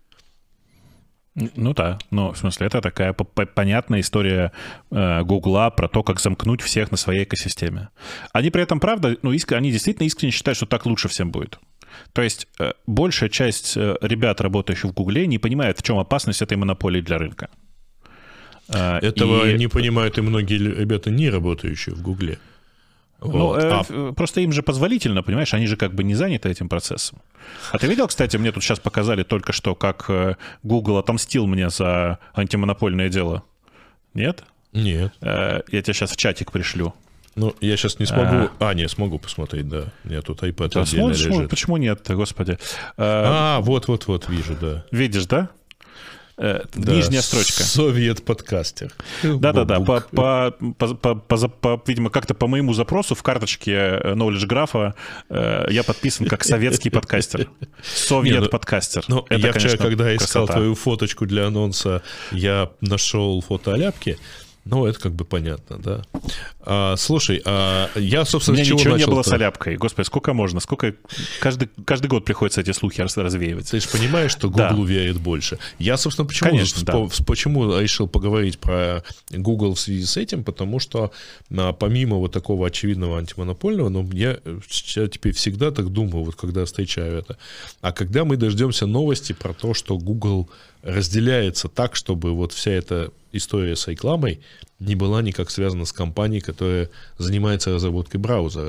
Ну да, ну, в смысле, это такая понятная история э, Гугла про то, как замкнуть всех на своей экосистеме. Они при этом, правда, ну, иск... они действительно искренне считают, что так лучше всем будет. То есть э, большая часть э, ребят, работающих в Гугле, не понимает, в чем опасность этой монополии для рынка. Этого и... не понимают и многие ребята, не работающие в Гугле. Ну, вот. а... э, просто им же позволительно, понимаешь, они же как бы не заняты этим процессом. А ты видел, кстати, мне тут сейчас показали только что, как Google отомстил мне за антимонопольное дело? Нет? Нет. Э, я тебе сейчас в чатик пришлю. Ну, я сейчас не смогу... А, а не, смогу посмотреть, да. У меня тут iPad да, отдельно смотришь, лежит. Почему нет, господи? А, вот-вот-вот, вижу, да. Видишь, да? Да, нижняя строчка. Совет-подкастер. Да-да-да. По, по, по, по, по, по, видимо, как-то по моему запросу в карточке Knowledge Graph э, я подписан как советский подкастер. Совет-подкастер. Ну, я конечно, вчера, когда красота. Искал твою фоточку для анонса, я нашел фото Аляпки. Ну, это как бы понятно, да. А, слушай, а я, собственно, с чего начал? У меня ничего не было с Аляпкой. Господи, сколько можно? Сколько... Каждый, каждый год приходится эти слухи развеивать. Ты же понимаешь, что Google да. верит больше. Я, собственно, почему, Конечно, всп... да. почему решил поговорить про Google в связи с этим, потому что а, помимо вот такого очевидного антимонопольного, ну, я, я теперь всегда так думаю, вот когда встречаю это. А когда мы дождемся новости про то, что Google разделяется так, чтобы вот вся эта история с рекламой не была никак связана с компанией, которая занимается разработкой браузера.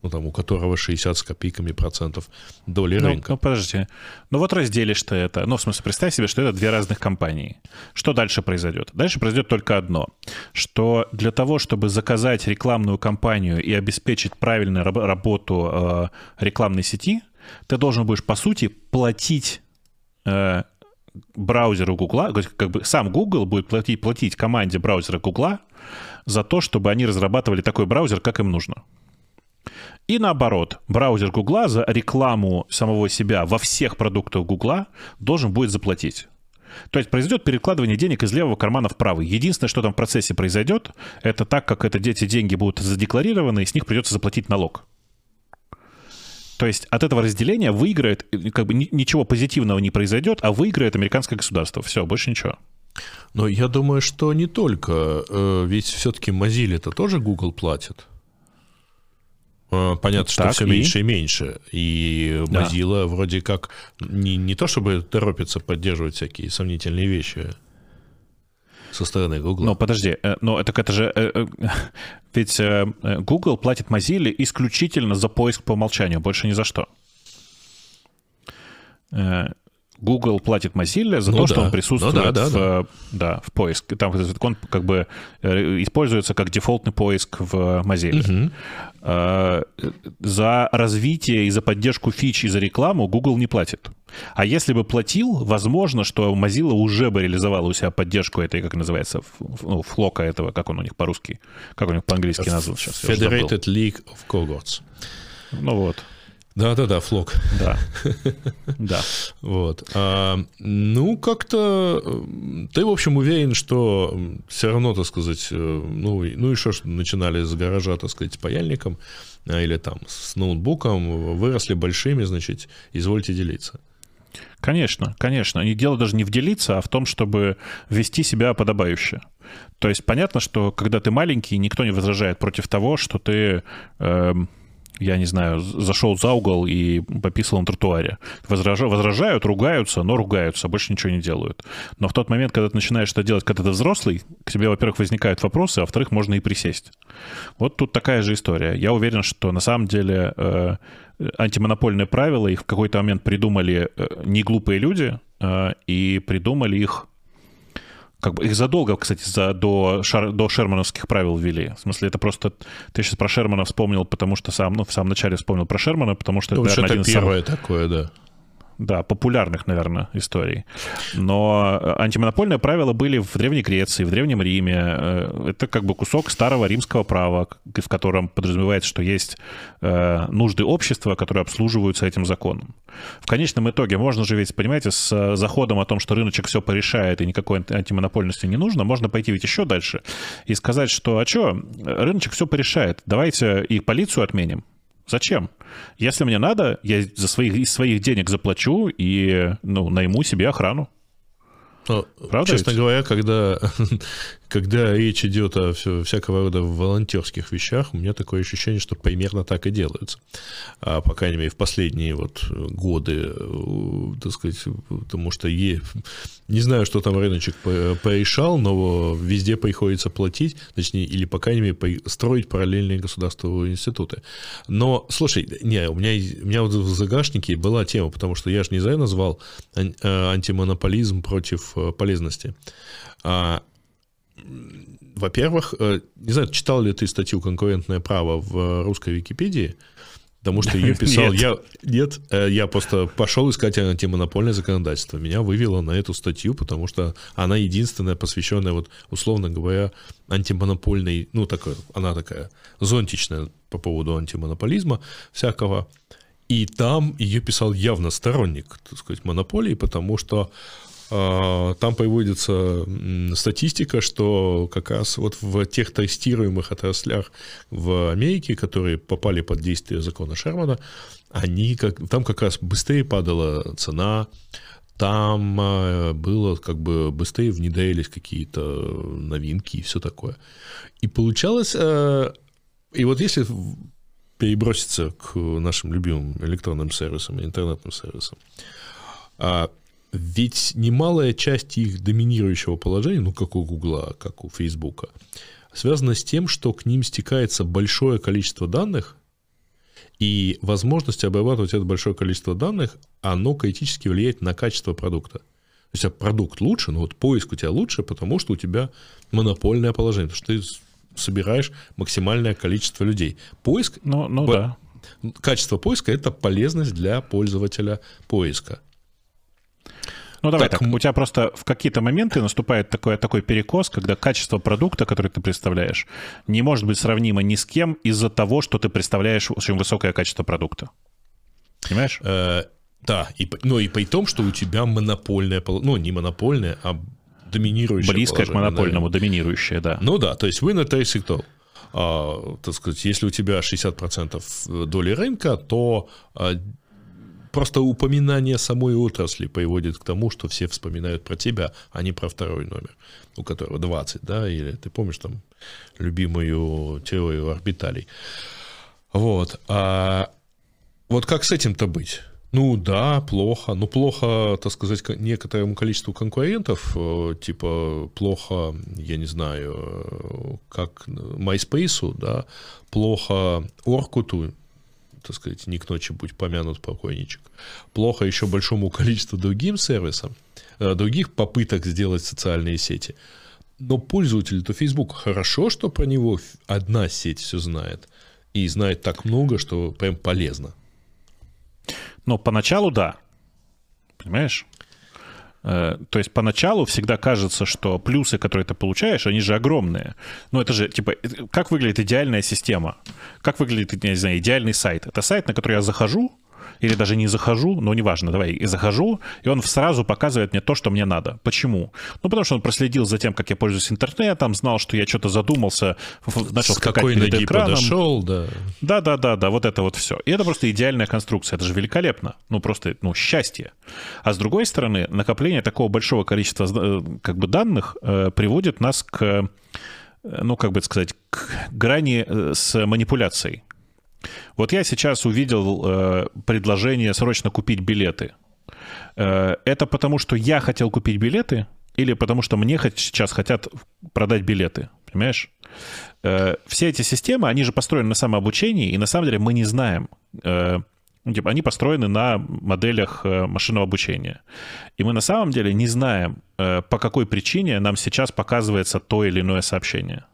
ну, там, у которого шестьдесят с копейками процентов доли ну, рынка. Ну, подожди. Ну, вот разделишь ты это. Ну, в смысле, представь себе, что это две разных компании. Что дальше произойдет? Дальше произойдет только одно. Что для того, чтобы заказать рекламную кампанию и обеспечить правильную раб- работу э, рекламной сети, ты должен будешь, по сути, платить э, браузеру Гугла, как бы сам Google будет платить, платить команде браузера Гугла за то, чтобы они разрабатывали такой браузер, как им нужно. И наоборот, браузер Гугла за рекламу самого себя во всех продуктах Гугла должен будет заплатить. То есть произойдет перекладывание денег из левого кармана в правый. Единственное, что там в процессе произойдет, это так, как это, эти деньги будут задекларированы, и с них придется заплатить налог. То есть от этого разделения выиграет, как бы ничего позитивного не произойдет, а выиграет американское государство. Все, больше ничего. Но я думаю, что не только. Ведь все-таки Mozilla-то тоже Google платит. Понятно, что так, все и? меньше и меньше. И Mozilla да. вроде как не, не то чтобы торопится поддерживать всякие сомнительные вещи со стороны Google. Но подожди, но это, это же... Ведь Google платит Mozilla исключительно за поиск по умолчанию, больше ни за что. Google платит Mozilla за ну то, да. что он присутствует ну, да, да, в, да. Да, в поиске. Там он как бы используется как дефолтный поиск в Mozilla. Угу. За развитие и за поддержку фич и за рекламу Google не платит. А если бы платил, возможно, что Mozilla уже бы реализовала у себя поддержку этой, как называется, ну, флока этого, как он у них по-русски, как у них по-английски назван сейчас. Federated League of Cohorts. Ну вот. Да-да-да, флок. Да, да. Вот. А, ну, как-то ты, в общем, уверен, что все равно, так сказать, ну, ну и что, что начинали с гаража, так сказать, с паяльником или там с ноутбуком, выросли большими, значит, извольте делиться. Конечно, конечно. И дело даже не в делиться, а в том, чтобы вести себя подобающе. То есть понятно, что когда ты маленький, никто не возражает против того, что ты... Э, я не знаю, зашел за угол и пописал на тротуаре. Возражают, возражают, ругаются, но ругаются, больше ничего не делают. Но в тот момент, когда ты начинаешь это делать, когда ты взрослый, к тебе, во-первых, возникают вопросы, а во-вторых, можно и присесть. Вот тут такая же история. Я уверен, что на самом деле э, антимонопольные правила их в какой-то момент придумали э, не глупые люди, э, и придумали их Как бы их задолго, кстати, за, до, шар, до шермановских правил ввели. В смысле, это просто... Ты сейчас про Шермана вспомнил, потому что сам, ну, в самом начале вспомнил про Шермана, потому что ну, это, наверное, один из первое самых... такое, да. Да, популярных, наверное, историй. Но антимонопольные правила были в Древней Греции, в Древнем Риме. Это как бы кусок старого римского права, в котором подразумевается, что есть нужды общества, которые обслуживаются этим законом. В конечном итоге можно же ведь, понимаете, с заходом о том, что рыночек все порешает и никакой антимонопольности не нужно, можно пойти ведь еще дальше и сказать, что а что, рыночек все порешает, давайте и полицию отменим. Зачем? Если мне надо, я за своих, из своих денег заплачу и ну, найму себе охрану. Но, Правда честно ведь? говоря, когда, когда речь идет о все, всякого рода волонтерских вещах, у меня такое ощущение, что примерно так и делается. А, по крайней мере, в последние вот годы, так сказать, потому что е... не знаю, что там рыночек порешал, но везде приходится платить, точнее, или, по крайней мере, строить параллельные государственные институты. Но, слушай, не, у меня, у меня вот в загашнике была тема, потому что я же не зря назвал антимонополизм против полезности. А, во-первых, не знаю, читал ли ты статью «Конкурентное право» в русской Википедии, потому что ее писал... Нет. Я, нет, я просто пошел искать антимонопольное законодательство. Меня вывело на эту статью, потому что она единственная, посвященная, вот, условно говоря, антимонопольной, ну, такой, она такая зонтичная по поводу антимонополизма всякого. И там ее писал явно сторонник, так сказать, монополии, потому что там приводится статистика, что как раз вот в тех тестируемых отраслях в Америке, которые попали под действие закона Шермана, они как, там как раз быстрее падала цена, там было как бы быстрее внедрялись какие-то новинки и все такое. И получалось, и вот если переброситься к нашим любимым электронным сервисам и интернетным сервисам, ведь немалая часть их доминирующего положения, ну, как у Гугла, как у Фейсбука, связана с тем, что к ним стекается большое количество данных, И возможность обрабатывать это большое количество данных, оно критически влияет на качество продукта. То есть, а продукт лучше, но вот поиск у тебя лучше, потому что у тебя монопольное положение, потому что ты собираешь максимальное количество людей. Поиск, ну, ну, по... да. Качество поиска – это полезность для пользователя поиска. Ну, давай так, так, у тебя просто в какие-то моменты наступает такой, такой перекос, когда качество продукта, который ты представляешь, не может быть сравнимо ни с кем из-за того, что ты представляешь очень высокое качество продукта. Понимаешь? Э, да, и, но и при том, что у тебя монопольное, ну, не монопольное, а доминирующее близкое к монопольному, да. доминирующее, да. Ну да, то есть winner takes it all. А, так сказать, если у тебя шестьдесят процентов доли рынка, то а, просто упоминание самой отрасли приводит к тому, что все вспоминают про тебя, а не про второй номер, у которого двадцать, да, или ты помнишь там любимую теорию орбиталей. Вот. А вот как с этим-то быть? Ну да, плохо. Ну плохо, так сказать, некоторому количеству конкурентов, типа плохо, я не знаю, как MySpace, да, плохо Orkut, так сказать, не к ночи будь помянут покойничек, плохо еще большому количеству другим сервисам, других попыток сделать социальные сети. Но пользователю-то Facebook хорошо, что про него одна сеть все знает, и знает так много, что прям полезно. Ну, поначалу да. Понимаешь? То есть поначалу всегда кажется, что плюсы, которые ты получаешь, они же огромные. Ну, это же, типа, как выглядит идеальная система? Как выглядит, я не знаю, идеальный сайт? Это сайт, на который я захожу, или даже не захожу, но неважно, давай, и захожу, и он сразу показывает мне то, что мне надо. Почему? Ну, потому что он проследил за тем, как я пользуюсь интернетом, знал, что я что-то задумался, начал с какой перед ноги экраном. подошел, да. Да-да-да, вот это вот все. И это просто идеальная конструкция, это же великолепно. Ну, просто, ну, счастье. А с другой стороны, накопление такого большого количества как бы данных э, приводит нас к, ну, как бы это сказать, к грани с манипуляцией. Вот я сейчас увидел э, предложение срочно купить билеты. Э, это потому, что я хотел купить билеты, или потому, что мне сейчас хотят продать билеты? Понимаешь? Э, все эти системы, они же построены на самообучении, и на самом деле мы не знаем. Э, ну, типа, они построены на моделях э, машинного обучения. И мы на самом деле не знаем, э, по какой причине нам сейчас показывается то или иное сообщение.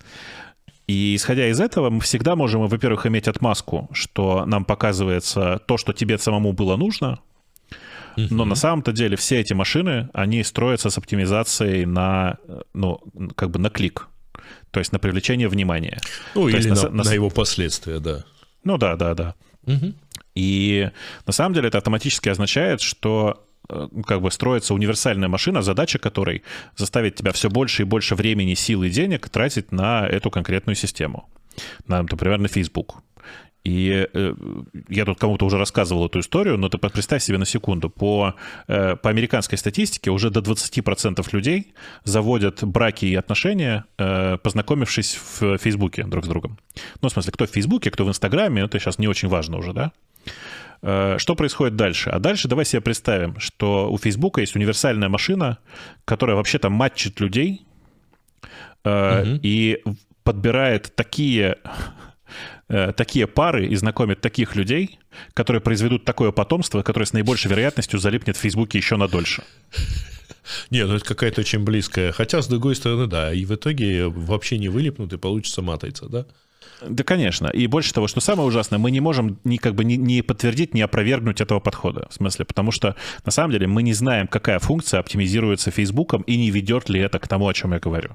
И исходя из этого, мы всегда можем, во-первых, иметь отмазку, что нам показывается то, что тебе самому было нужно, uh-huh. но на самом-то деле все эти машины, они строятся с оптимизацией на, ну, как бы на клик, то есть на привлечение внимания. Ну, то или есть на, на, на его последствия, да. Ну, да, да, да. Uh-huh. И на самом деле это автоматически означает, что как бы строится универсальная машина, задача которой заставить тебя все больше и больше времени, сил и денег тратить на эту конкретную систему. На, например, на Facebook. И э, я тут кому-то уже рассказывал эту историю, но ты представь себе на секунду, по, э, по американской статистике уже до двадцать процентов людей заводят браки и отношения, э, познакомившись в Фейсбуке друг с другом. Ну, в смысле, кто в Фейсбуке, кто в Инстаграме, это сейчас не очень важно уже, да? Что происходит дальше? А дальше давай себе представим, что у Фейсбука есть универсальная машина, которая вообще-то матчит людей uh-huh. и подбирает такие, такие пары и знакомит таких людей, которые произведут такое потомство, которое с наибольшей вероятностью залипнет в Фейсбуке еще надольше. Не, ну это какая-то очень близкая. Хотя, с другой стороны, да, и в итоге вообще не вылипнут, и получится матрица, да? Да, конечно. И больше того, что самое ужасное, мы не можем ни, как бы, ни, ни подтвердить, ни опровергнуть этого подхода. В смысле, потому что на самом деле мы не знаем, какая функция оптимизируется Фейсбуком и не ведет ли это к тому, о чем я говорю.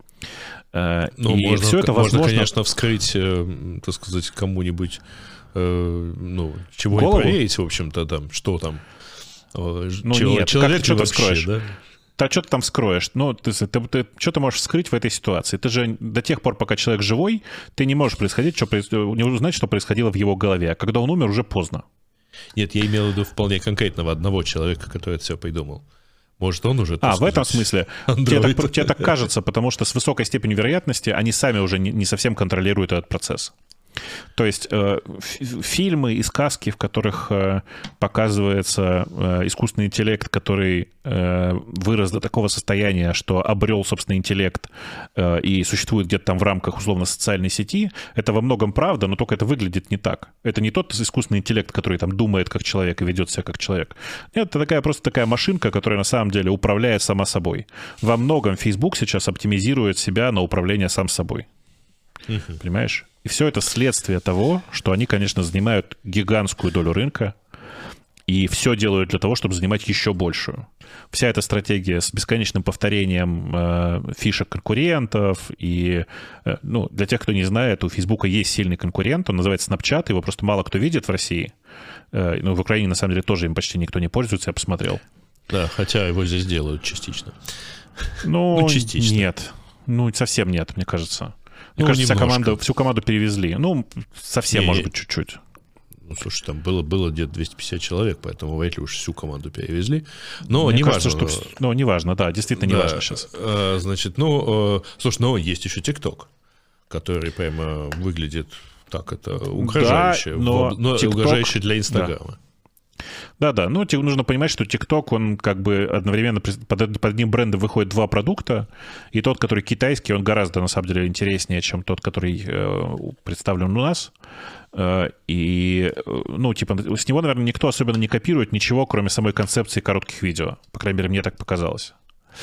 Ну, и можно, все это возможно... можно, конечно, вскрыть, э, так сказать, кому-нибудь, э, ну, чего голову? и проверить, в общем-то, там, что там. Ну, Чел, нет, человек как ты что-то вообще, скроешь? Да? Да, что ты там вскроешь? Ну, ты, ты, ты, что ты можешь вскрыть в этой ситуации? Ты же до тех пор, пока человек живой, ты не можешь происходить, что, не узнать, что происходило в его голове. А когда он умер, уже поздно. Нет, я имел в виду вполне конкретного одного человека, который это все придумал. Может, он уже... А, сказать, в этом смысле. Тебе так, тебе так кажется, потому что с высокой степенью вероятности они сами уже не, не совсем контролируют этот процесс. То есть э, фильмы и сказки, в которых э, показывается э, искусственный интеллект, который э, вырос до такого состояния, что обрел собственный интеллект э, и существует где-то там в рамках условно социальной сети, это во многом правда, но только это выглядит не так. Это не тот искусственный интеллект, который там думает как человек и ведет себя как человек. Нет, это такая, просто такая машинка, которая на самом деле управляет сама собой. Во многом Facebook сейчас оптимизирует себя на управление сам собой. Uh-huh. Понимаешь? И все это следствие того, что они, конечно, занимают гигантскую долю рынка и все делают для того, чтобы занимать еще большую. Вся эта стратегия с бесконечным повторением э, фишек конкурентов и, э, ну, для тех, кто не знает, у Фейсбука есть сильный конкурент, он называется Snapchat, его просто мало кто видит в России. Э, ну, в Украине, на самом деле, тоже им почти никто не пользуется, я посмотрел. Да, хотя его здесь делают частично. Ну, ну частично. Нет. Ну, совсем нет, мне кажется. Мне ну, кажется, вся команда, всю команду перевезли. Ну, совсем, не, может быть, чуть-чуть. Ну, слушай, там было, было где-то двести пятьдесят человек, поэтому вряд ли уж всю команду перевезли. Но Мне не кажется, важно. Что, ну, не важно, да, действительно не да, важно сейчас. Значит, ну, слушай, но есть еще TikTok, который прямо выглядит так, это угрожающе, да, но, но TikTok, угрожающе для Инстаграма. Да. Да-да, ну, нужно понимать, что TikTok, он как бы одновременно под, под одним брендом выходит два продукта, и тот, который китайский, он гораздо, на самом деле, интереснее, чем тот, который э, представлен у нас. Э, и, ну, типа, с него, наверное, никто особенно не копирует ничего, кроме самой концепции коротких видео. По крайней мере, мне так показалось.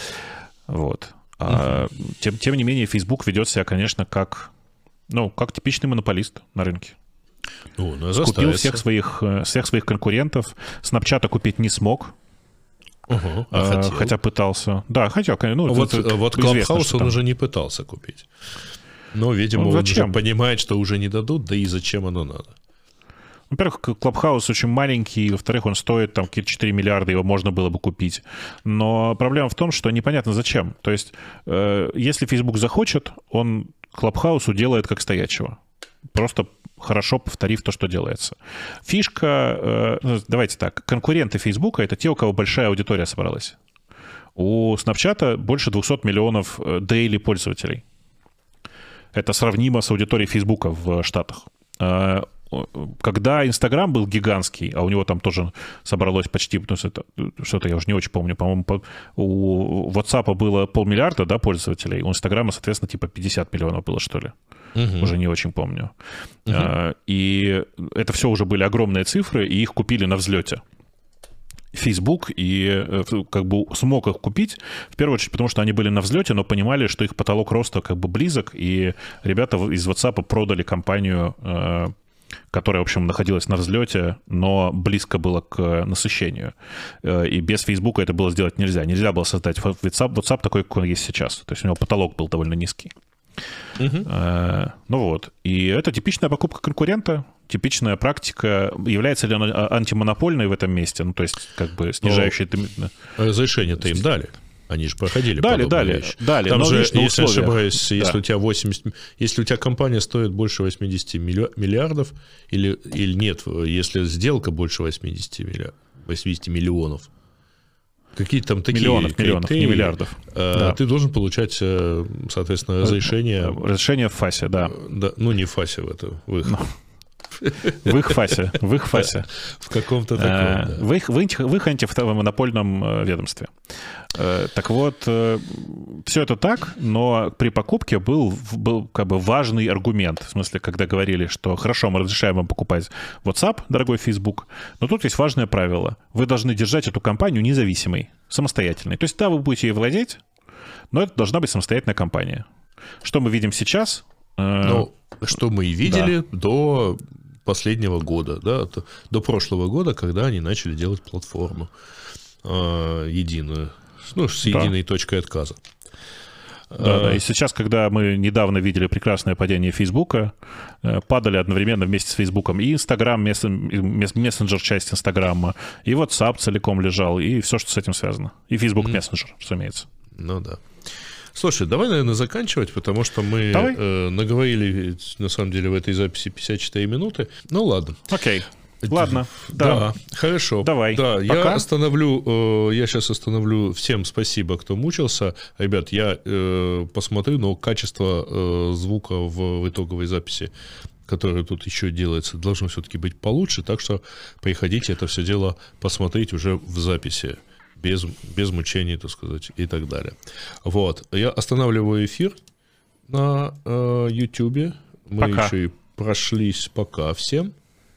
Вот. А, uh-huh. тем, тем не менее, Facebook ведет себя, конечно, как, ну, как типичный монополист на рынке. Ну, купил всех своих, всех своих конкурентов. Snapchat купить не смог. Угу, а а, хотя пытался. Да, хотел. Ну, вот это, вот Clubhouse он уже не пытался купить. Но, видимо, ну, он уже понимает, что уже не дадут, да и зачем оно надо. Во-первых, Clubhouse очень маленький, во-вторых, он стоит там какие-то четыре миллиарда, его можно было бы купить. Но проблема в том, что непонятно зачем. То есть, э, если Facebook захочет, он Clubhouse делает как стоячего. Просто хорошо повторив то, что делается. Фишка, э, давайте так, конкуренты Фейсбука — это те, у кого большая аудитория собралась. У Snapchat больше двухсот миллионов дейли пользователей. Это сравнимо с аудиторией Фейсбука в Штатах. Э, когда Инстаграм был гигантский, а у него там тоже собралось почти, ну, это, что-то я уже не очень помню, по-моему, по, у WhatsApp было полмиллиарда, да, пользователей, у Инстаграма, соответственно, типа пятьдесят миллионов было, что ли. Uh-huh. Уже не очень помню. Uh-huh. А, и это все уже были огромные цифры, и их купили на взлете. Facebook и как бы смог их купить, в первую очередь, потому что они были на взлете, но понимали, что их потолок роста как бы близок, и ребята из WhatsApp продали компанию, которая, в общем, находилась на взлете, но близко было к насыщению. И без Facebook это было сделать нельзя. Нельзя было создать WhatsApp, WhatsApp такой, какой он есть сейчас. То есть у него потолок был довольно низкий. Uh-huh. А, ну вот. И это типичная покупка конкурента, типичная практика. Является ли она антимонопольной в этом месте? Ну, то есть, как бы снижающей... Но разрешение-то им дали. Они же проходили дали, подобные дали, вещи. Дали, Там но же, видишь, если условиях. ошибаюсь, да. если у тебя восемьдесят, если у тебя компания стоит больше восемьдесят миллиардов, или, или нет, если сделка больше восемьдесят миллионов, какие-то там такие миллионов, критерии, миллионов, не миллиардов. Э, да. Ты должен получать, соответственно, разрешение. Разрешение в ФАСе, да. да. Ну, не в ФАСе, в это, в их. В их ФАСе, в их ФАСе. В каком-то таком, да. В их, в их, в их антимонопольном ведомстве. Так вот, все это так, но при покупке был, был как бы важный аргумент. В смысле, когда говорили, что хорошо, мы разрешаем вам покупать WhatsApp, дорогой Facebook, но тут есть важное правило. Вы должны держать эту компанию независимой, самостоятельной. То есть, да, вы будете ей владеть, но это должна быть самостоятельная компания. Что мы видим сейчас? Ну, что мы и видели да. до последнего года, да, до, до прошлого года, когда они начали делать платформу э, единую, ну, с единой да. точкой отказа. Да, а, да, и сейчас, когда мы недавно видели прекрасное падение Фейсбука, падали одновременно вместе с Фейсбуком и Инстаграм, мессенджер часть Инстаграма, и WhatsApp целиком лежал, и все, что с этим связано. И Facebook mm. мессенджер, разумеется. Ну да. Слушай, давай, наверное, заканчивать, потому что мы э, наговорили, на самом деле, в этой записи пятьдесят четыре минуты. Ну, ладно. Окей. Ладно. Да, да, хорошо. Давай. Да, Пока. я остановлю, э, я сейчас остановлю. Всем спасибо, кто мучился. Ребят, я э, посмотрю, но качество э, звука в, в итоговой записи которое тут еще делается, должно все-таки быть получше, так что приходите это все дело посмотреть уже в записи, без, без мучений, так сказать, и так далее. Вот, я останавливаю эфир на э, YouTube, мы пока. еще и прошлись пока всем.